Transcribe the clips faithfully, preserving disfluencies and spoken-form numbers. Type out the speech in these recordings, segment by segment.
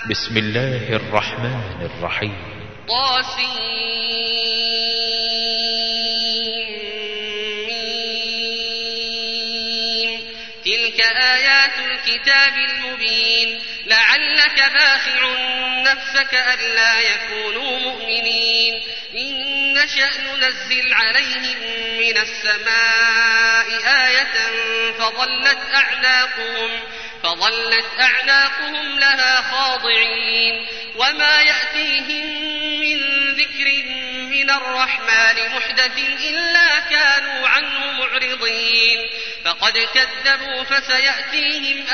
بسم الله الرحمن الرحيم. طاسين. تلك آيات الكتاب المبين. لعلك باخع نفسك ألا يكونوا مؤمنين. إن نشأ ننزل عليهم من السماء آية فظلت أعناقهم فظلت أعناقهم لها خاضعين. وما يأتيهم من ذكر من الرحمن محدث إلا كانوا عنه معرضين. فقد كذبوا فسيأتيهم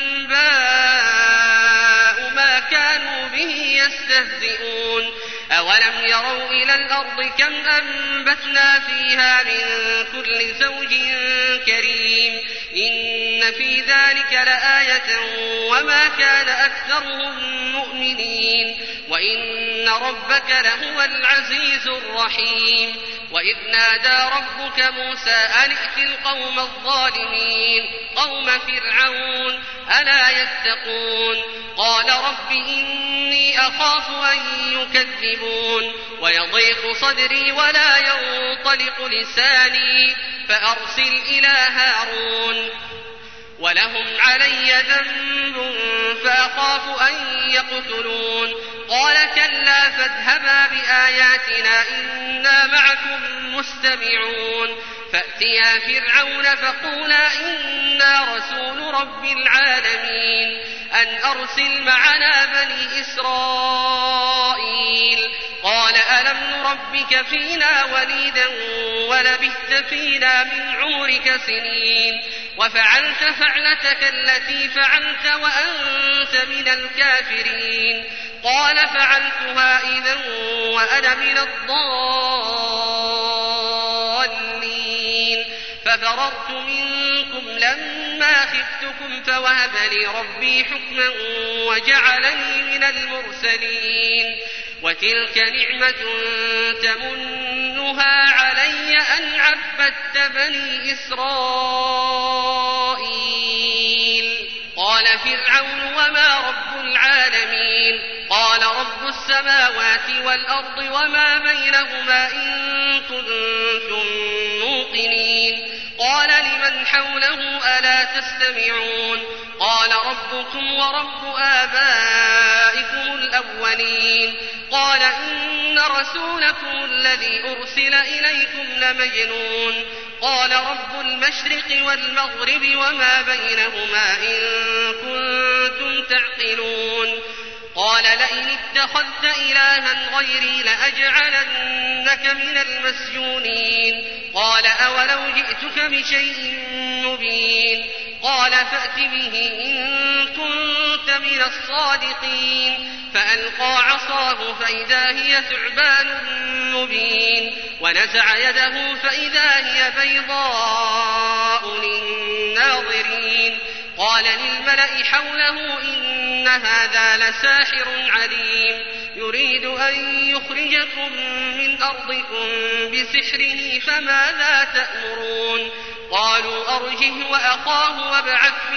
أنباء ما كانوا به يستهزئون. أولم يروا إلى الأرض كم أنبتنا فيها من كل زوج كريم. إن في ذلك لآية وما كان أكثرهم مؤمنين وإن ربك لهو العزيز الرحيم. وإذ نادى ربك موسى أن ائت القوم الظالمين قوم فرعون ألا يتقون. قال رب إني أخاف أن يكذبون ويضيق صدري ولا ينطلق لساني فأرسل إلى هارون ولهم علي ذنب فأخاف أن يقتلون. قال كلا فاذهبا بآياتنا إنا معكم مستمعون. فأتيا فرعون فقولا إنا رسول رب العالمين أن أرسل معنا بني إسرائيل. قال ألم نربك فينا وليدا ولبثت فينا من عمرك سنين وفعلت فعلتك التي فعلت وأنت من الكافرين. قال فعلتها إذا وأنا من الضالين. ففررت منكم لما خفتكم فوهب لي ربي حكما وجعلني من المرسلين. وتلك نعمة تمنها علي أن عبدت بني إسرائيل. قال فرعون وما رب العالمين. قال رب السماوات والأرض وما بينهما إن كنتم موقنين. قال لمن حوله ألا تستمعون. قال ربكم ورب آبائكم الأولين. قال إن رسولكم الذي أرسل إليكم لمجنون. قال رب المشرق والمغرب وما بينهما إن كنتم تعقلون. قال لئن اتخذت إلها غيري لأجعلنك من المسجونين. قال أولو جئتك بشيء مبين. قال فأت به إن كنت من الصادقين. فألقى عصاه فإذا هي ثعبان مبين ونزع يده فإذا هي بيضاء للناظرين. قال للملأ حوله إن هذا لساحر عليم يريد أن يخرجكم من أرضكم بسحره فماذا تأمرون. قالوا أرجه وأخاه وابعث في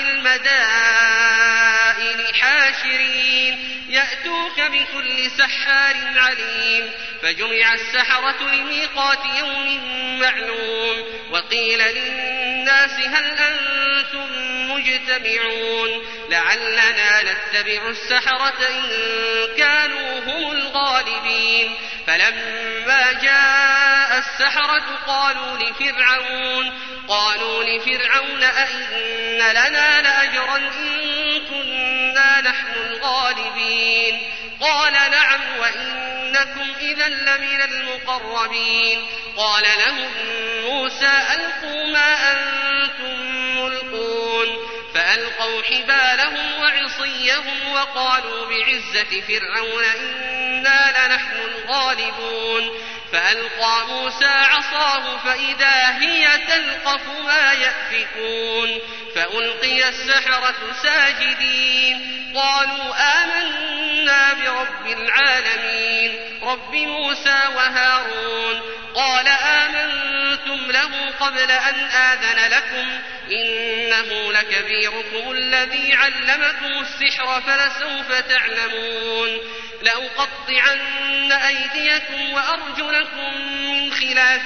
المدائن حاشرين يأتوك بكل سحار عليم. فجمع السحرة لميقات يوم معلوم. وقيل للناس هل أنتم مجتمعون لعلنا نتبع السحرة إن كانوا هم الغالبين. فلما جاء السحرة قالوا لفرعون قالوا لفرعون أئن لنا لأجرا إن كنا نحن الغالبين. قال نعم وإنكم إذا لمن المقربين. قال لهم موسى ألقوا ما أنتم ملقون. فألقوا حبالهم وعصيهم وقالوا بعزة فرعون إنا لنحن الغالبون. فألقى موسى عصاه فإذا هي تلقف ما يأفكون. فألقي السحرة ساجدين قالوا آمنا برب العالمين رب موسى وهارون. قال آمنتم له قبل أن آذن لكم إنه لكبيركم الذي علمكم السحر فلسوف تعلمون لأقطعن أيديكم وأرجلكم من خلاف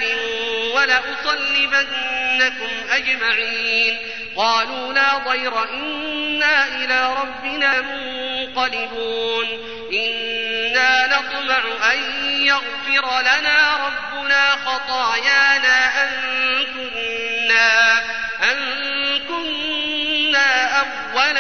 ولأصلبنكم أجمعين قالوا لا ضير إنا إلى ربنا منقلبون إنا نطمع أن يغفر لنا ربنا خطايانا أن كنا, أن كنا أول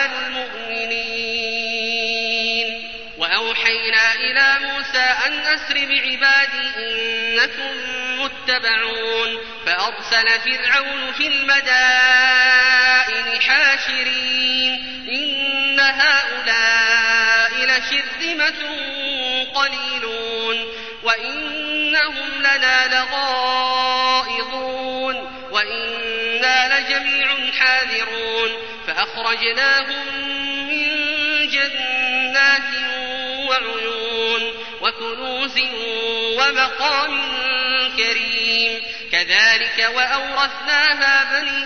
المؤمنين وأوحينا إلى موسى أن أسر بعبادي إنكم متبعون فأرسل فرعون في المدائن حاشرين إن هؤلاء لشرذمة قليلون وإنهم لنا لغائظون وإنا لجميع حاذرون فأخرجناهم من جنات وعيون وكنوز ومقام كريم كذلك وأورثناها بني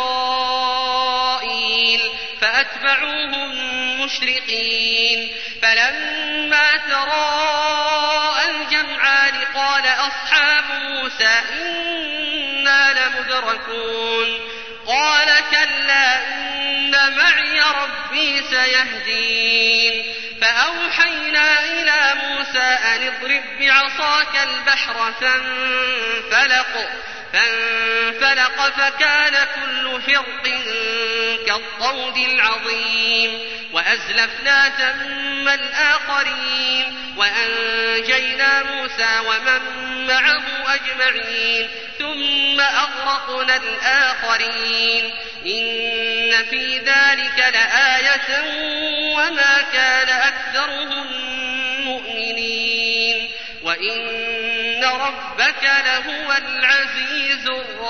إسرائيل فأتبعوهم مشرقين فلما تراءى الجمعان قال أصحاب موسى إنا لمدركون قال كلا إن معي ربي سيهدين فأوحينا إلى موسى أن اضرب بعصاك البحر فانفلق فانفلق فكان كل فرق كالطود العظيم وأزلفنا ثم الآخرين وأنجينا موسى ومن معه أجمعين ثم أغرقنا الآخرين إن في ذلك لآية وما كان أكثرهم مؤمنين وإن ربك لهو العزيز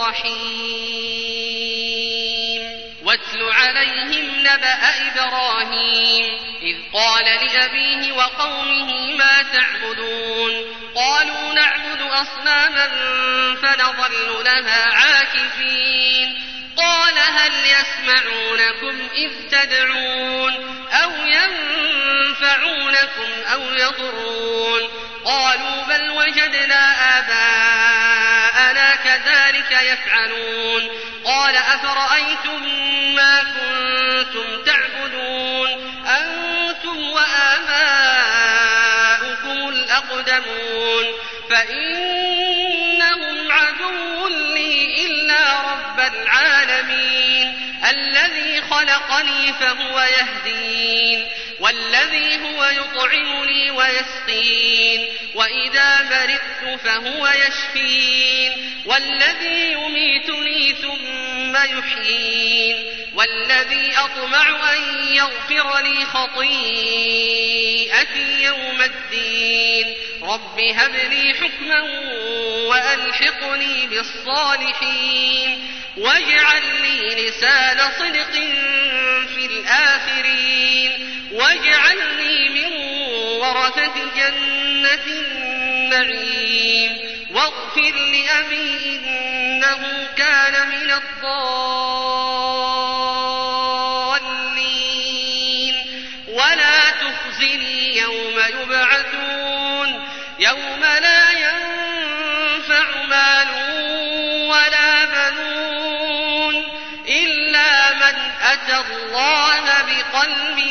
الرحيم واتل عليهم نبأ إبراهيم إذ قال لأبيه وقومه ما تعبدون قالوا نعبد أصناما فنظل لها عاكفين قال هل يسمعونكم إذ تدعون أو ينفعونكم أو يضرون قالوا بل وجدنا آباءنا كذلك يفعلون قال أفرأيتم ما كنتم تعبدون أنتم وآباؤكم الأقدمون فإنهم عدو لي إلا رب العالمين الذي خلقني فهو يهدين والذي هو يطعمني ويسقين وإذا مرضت فهو يشفين والذي يميتني ثم يحيين والذي أطمع أن يغفر لي خطيئتي يوم الدين رب هب لي حكما وألحقني بالصالحين واجعل لي لسان صدق في الآخرين واجعلني من ورثة جنة النعيم واغفر لأبي إنه كان من الضالين ولا تخزني يوم يبعثون يوم لا ينفع مال ولا بنون إلا من أتى الله بقلب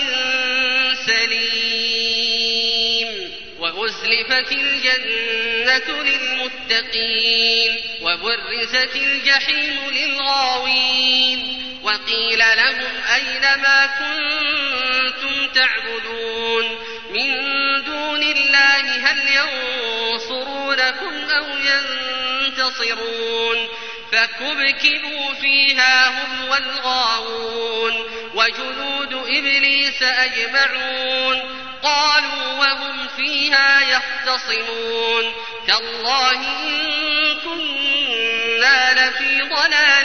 سليم وأزلفت الجنة للمتقين وبرزت الجحيم للغاوين وقيل لهم أين ما كنتم تعبدون من دون الله هل ينصرونكم أو ينتصرون فكبكبوا فيها هم والغاوون وجنود إبليس أجمعون قالوا وهم فيها يختصمون تالله إن كنا لفي ضلال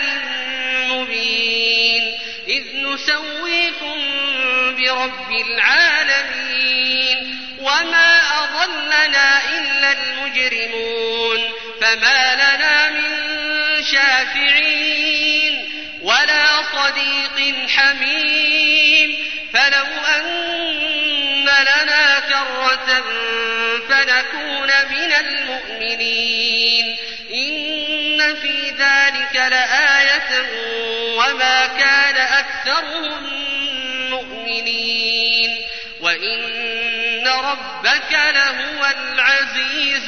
مبين إذ نسويكم برب العالمين وما أضلنا إلا المجرمون فما لنا من شافعين ولا صديق حميم فلو أن لنا كرة فنكون من المؤمنين إن في ذلك لآية وما كان أكثرهم مؤمنين وإن ربك لهو العزيز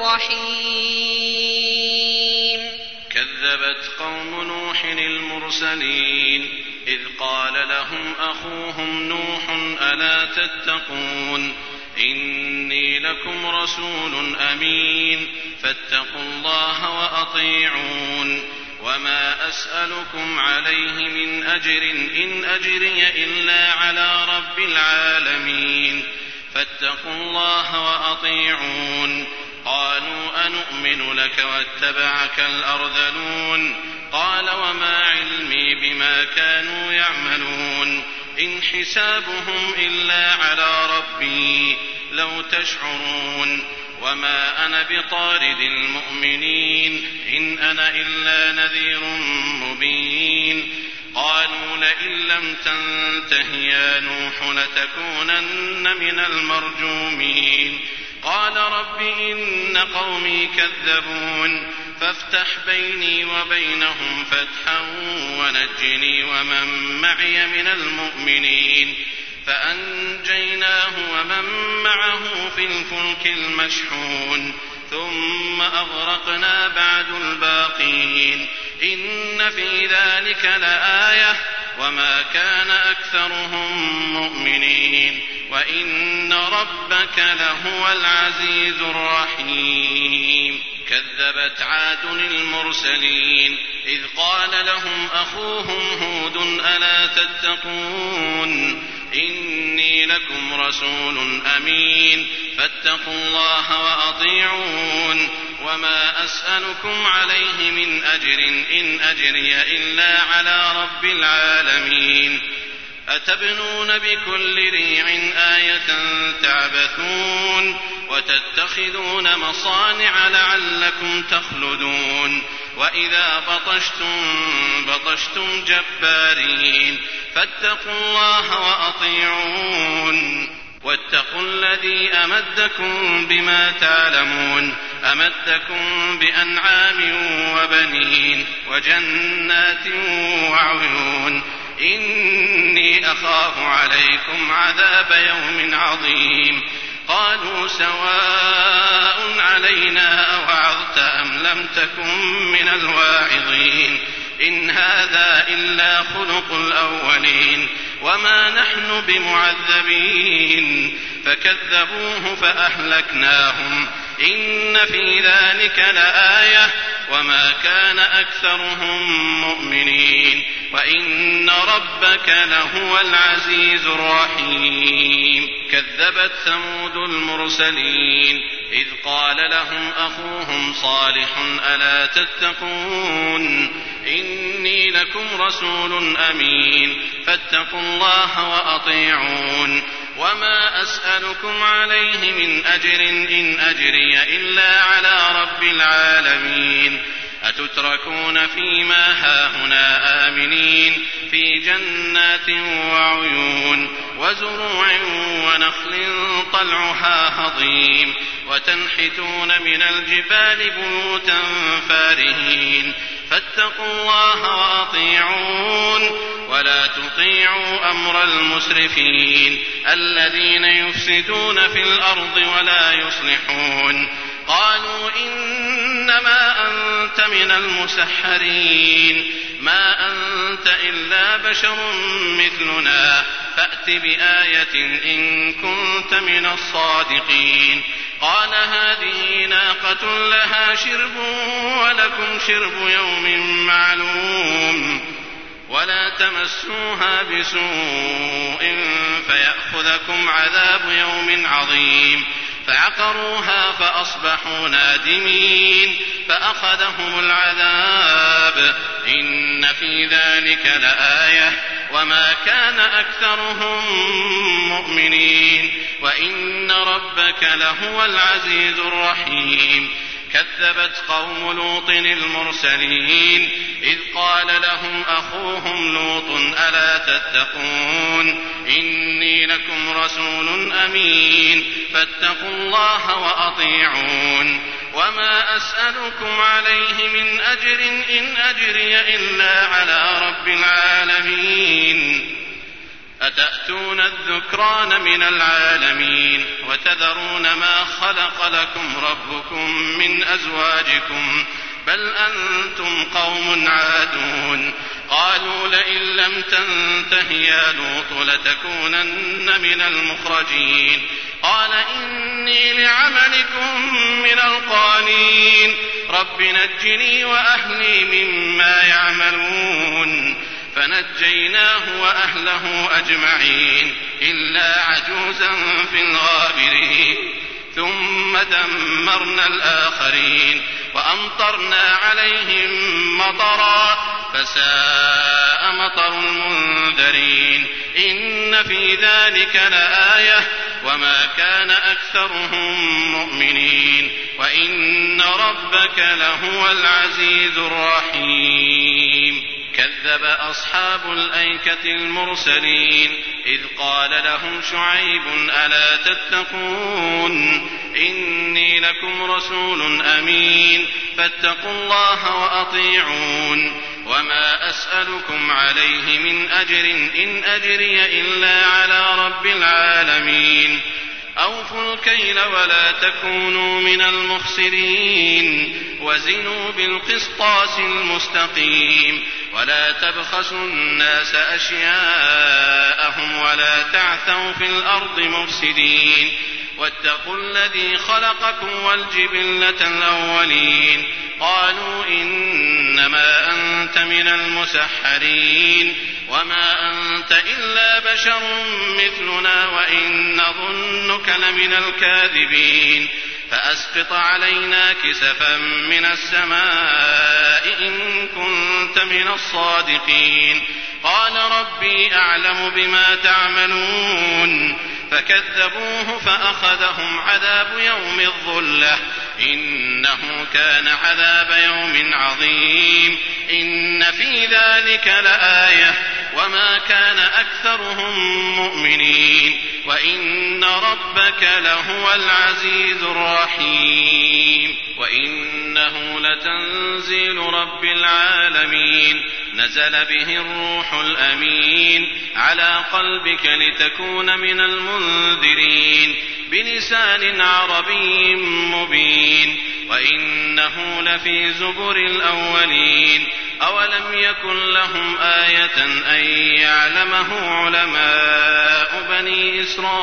الرحيم. كذبت قوم نوح المرسلين إذ قال لهم أخوهم نوح ألا تتقون إني لكم رسول أمين فاتقوا الله وأطيعون وما أسألكم عليه من أجر إن أجري إلا على رب العالمين فاتقوا الله وأطيعون. قالوا أنؤمن لك واتبعك الأرذلون قال وما علمي بما كانوا يعملون إن حسابهم إلا على ربي لو تشعرون وما أنا بطارد المؤمنين إن أنا إلا نذير مبين. قالوا لئن لم تنته يا نوح لتكونن من المرجومين. قال رب إن قومي كذبون فافتح بيني وبينهم فتحا ونجني ومن معي من المؤمنين. فأنجيناه ومن معه في الفلك المشحون ثم أغرقنا بعد الباقين إن في ذلك لآية وما كان أكثرهم مؤمنين وإن ربك لهو العزيز الرحيم. كذبت عاد المرسلين إذ قال لهم أخوهم هود ألا تتقون إني لكم رسول أمين فاتقوا الله وأطيعون وما أسألكم عليه من أجر إن أجري إلا على رب العالمين. أتبنون بكل ريع آية تعبثون وتتخذون مصانع لعلكم تخلدون وإذا بطشتم بطشتم جبارين فاتقوا الله وأطيعون واتقوا الذي أمدكم بما تعلمون أمدكم بأنعام وبنين وجنات وعيون إني أخاف عليكم عذاب يوم عظيم. قالوا سواء علينا أوعظت أم لم تكن من الواعظين إن هذا إلا خلق الأولين وما نحن بمعذبين. فكذبوه فأهلكناهم إن في ذلك لآية وما كان أكثرهم مؤمنين وإن ربك لهو العزيز الرحيم. كذبت ثمود المرسلين إذ قال لهم أخوهم صالح ألا تتقون إني لكم رسول أمين فاتقوا الله وأطيعون وما أسألكم عليه من أجر إن أجري إلا على رب العالمين. أتتركون فيما هاهنا آمنين في جنات وعيون وزروع ونخل طلعها هضيم وتنحتون من الجبال بيوتا فارهين فاتقوا الله وأطيعون ولا تطيعوا أمر المسرفين الذين يفسدون في الأرض ولا يصلحون. قالوا إنما أنت من المسحرين ما أنت إلا بشر مثلنا فأت بآية إن كنت من الصادقين. قال هذه ناقة لها شرب ولكم شرب يوم معلوم ولا تمسوها بسوء فيأخذكم عذاب يوم عظيم. فعقروها فأصبحوا نادمين فأخذهم العذاب إن في ذلك لآية وما كان أكثرهم مؤمنين وإن ربك لهو العزيز الرحيم. كذبت قوم لوط المرسلين إذ قال لهم أخوهم لوط ألا تتقون إني لكم رسول أمين فاتقوا الله وأطيعون وما أسألكم عليه من أجر إن أجري إلا على رب العالمين أتأتون الذكران من العالمين وتذرون ما خلق لكم ربكم من أزواجكم بل أنتم قوم عادون قالوا لئن لم تنته يا لوط لتكونن من المخرجين قال إني لعملكم من القالين رب نجني وأهلي مما يعملون فنجيناه وأهله أجمعين إلا عجوزا في الغابرين ثم دمرنا الآخرين وأمطرنا عليهم مطرا فساء مطر المنذرين إن في ذلك لآية وما كان أكثرهم مؤمنين وإن ربك لهو العزيز الرحيم كذب أصحاب الأيكة المرسلين إذ قال لهم شعيب ألا تتقون إني لكم رسول أمين فاتقوا الله وأطيعون وما أسألكم عليه من أجر إن أجري إلا على رب العالمين أوفوا الكيل ولا تكونوا من المخسرين وزنوا بالقسطاس المستقيم ولا تبخسوا الناس أشياءهم ولا تعثوا في الأرض مفسدين واتقوا الذي خلقكم والجبلة الأولين قالوا إنما أنت من المسحرين وما أنت إلا بشر مثلنا وإن نظنك لمن الكاذبين فأسقط علينا كسفا من السماء إن كنت من الصادقين قال ربي أعلم بما تعملون فكذبوه فأخذهم عذاب يوم الظلة إنه كان عذاب يوم عظيم إن في ذلك لآية وما كان أكثرهم مؤمنين وإن ربك لهو العزيز الرحيم وإنه لتنزيل رب العالمين نزل به الروح الأمين على قلبك لتكون من المنذرين بلسان عربي مبين وإنه لفي زبر الأولين أولم يكن لهم آية أن يعلمه علماء بني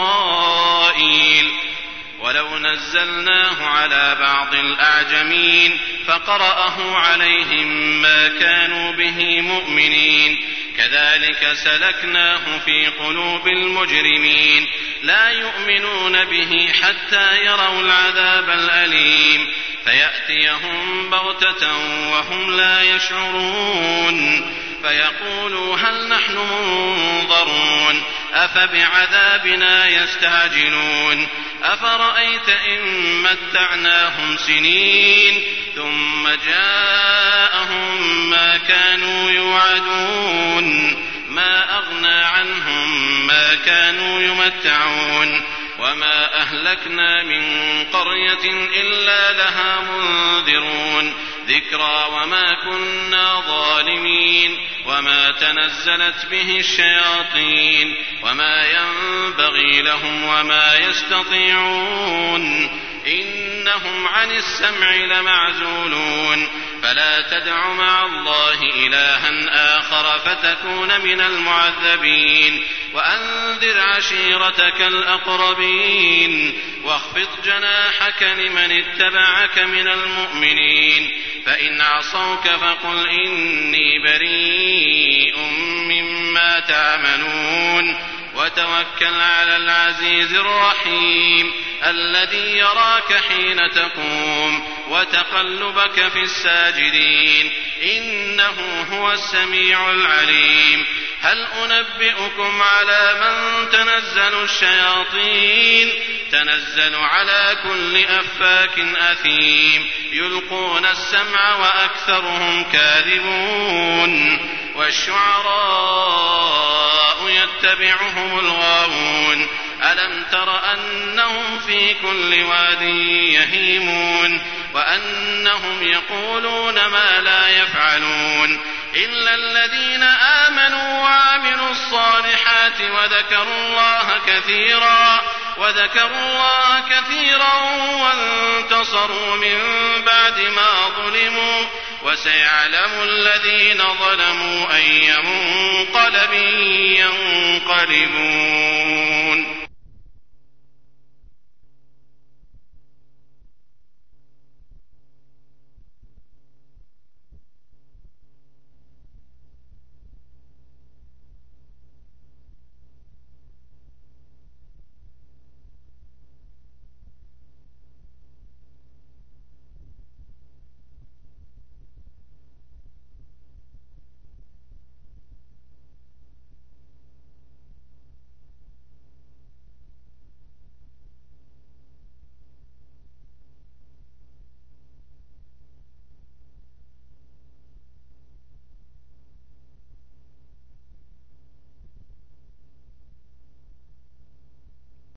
إسرائيل ولو نزلناه على بعض الأعجمين فقرأه عليهم ما كانوا به مؤمنين كذلك سلكناه في قلوب المجرمين لا يؤمنون به حتى يروا العذاب الأليم فيأتيهم بغتة وهم لا يشعرون فيقولوا هل نحن منظرون أفبعذابنا يستعجلون أفرأيت إن متعناهم سنين ثم جاءهم ما كانوا يوعدون ما أغنى عنهم ما كانوا يمتعون وما أهلكنا من قرية إلا لها منذرون ذكرى وما كنا ظالمين وما تنزلت به الشياطين وما ينبغي لهم وما يستطيعون إنهم عن السمع لمعزولون فلا تدع مع الله إلها آخر فتكون من المعذبين وأنذر عشيرتك الأقربين واخفض جناحك لمن اتبعك من المؤمنين فإن عصوك فقل إني بريء مما تعملون وتوكل على العزيز الرحيم الذي يراك حين تقوم وتقلبك في الساجدين إنه هو السميع العليم هل أنبئكم على من تنزل الشياطين تنزل على كل أفاك أثيم يلقون السمع وأكثرهم كاذبون والشعراء يتبعهم الغاوون ألم تر أنهم في كل واد يهيمون وأنهم يقولون ما لا يفعلون إلا الذين آمنوا وعملوا الصالحات وذكروا الله كثيرا وذكروا الله كثيرا وانتصروا من بعد ما ظلموا وسيعلم الذين ظلموا أي منقلب ينقلبون.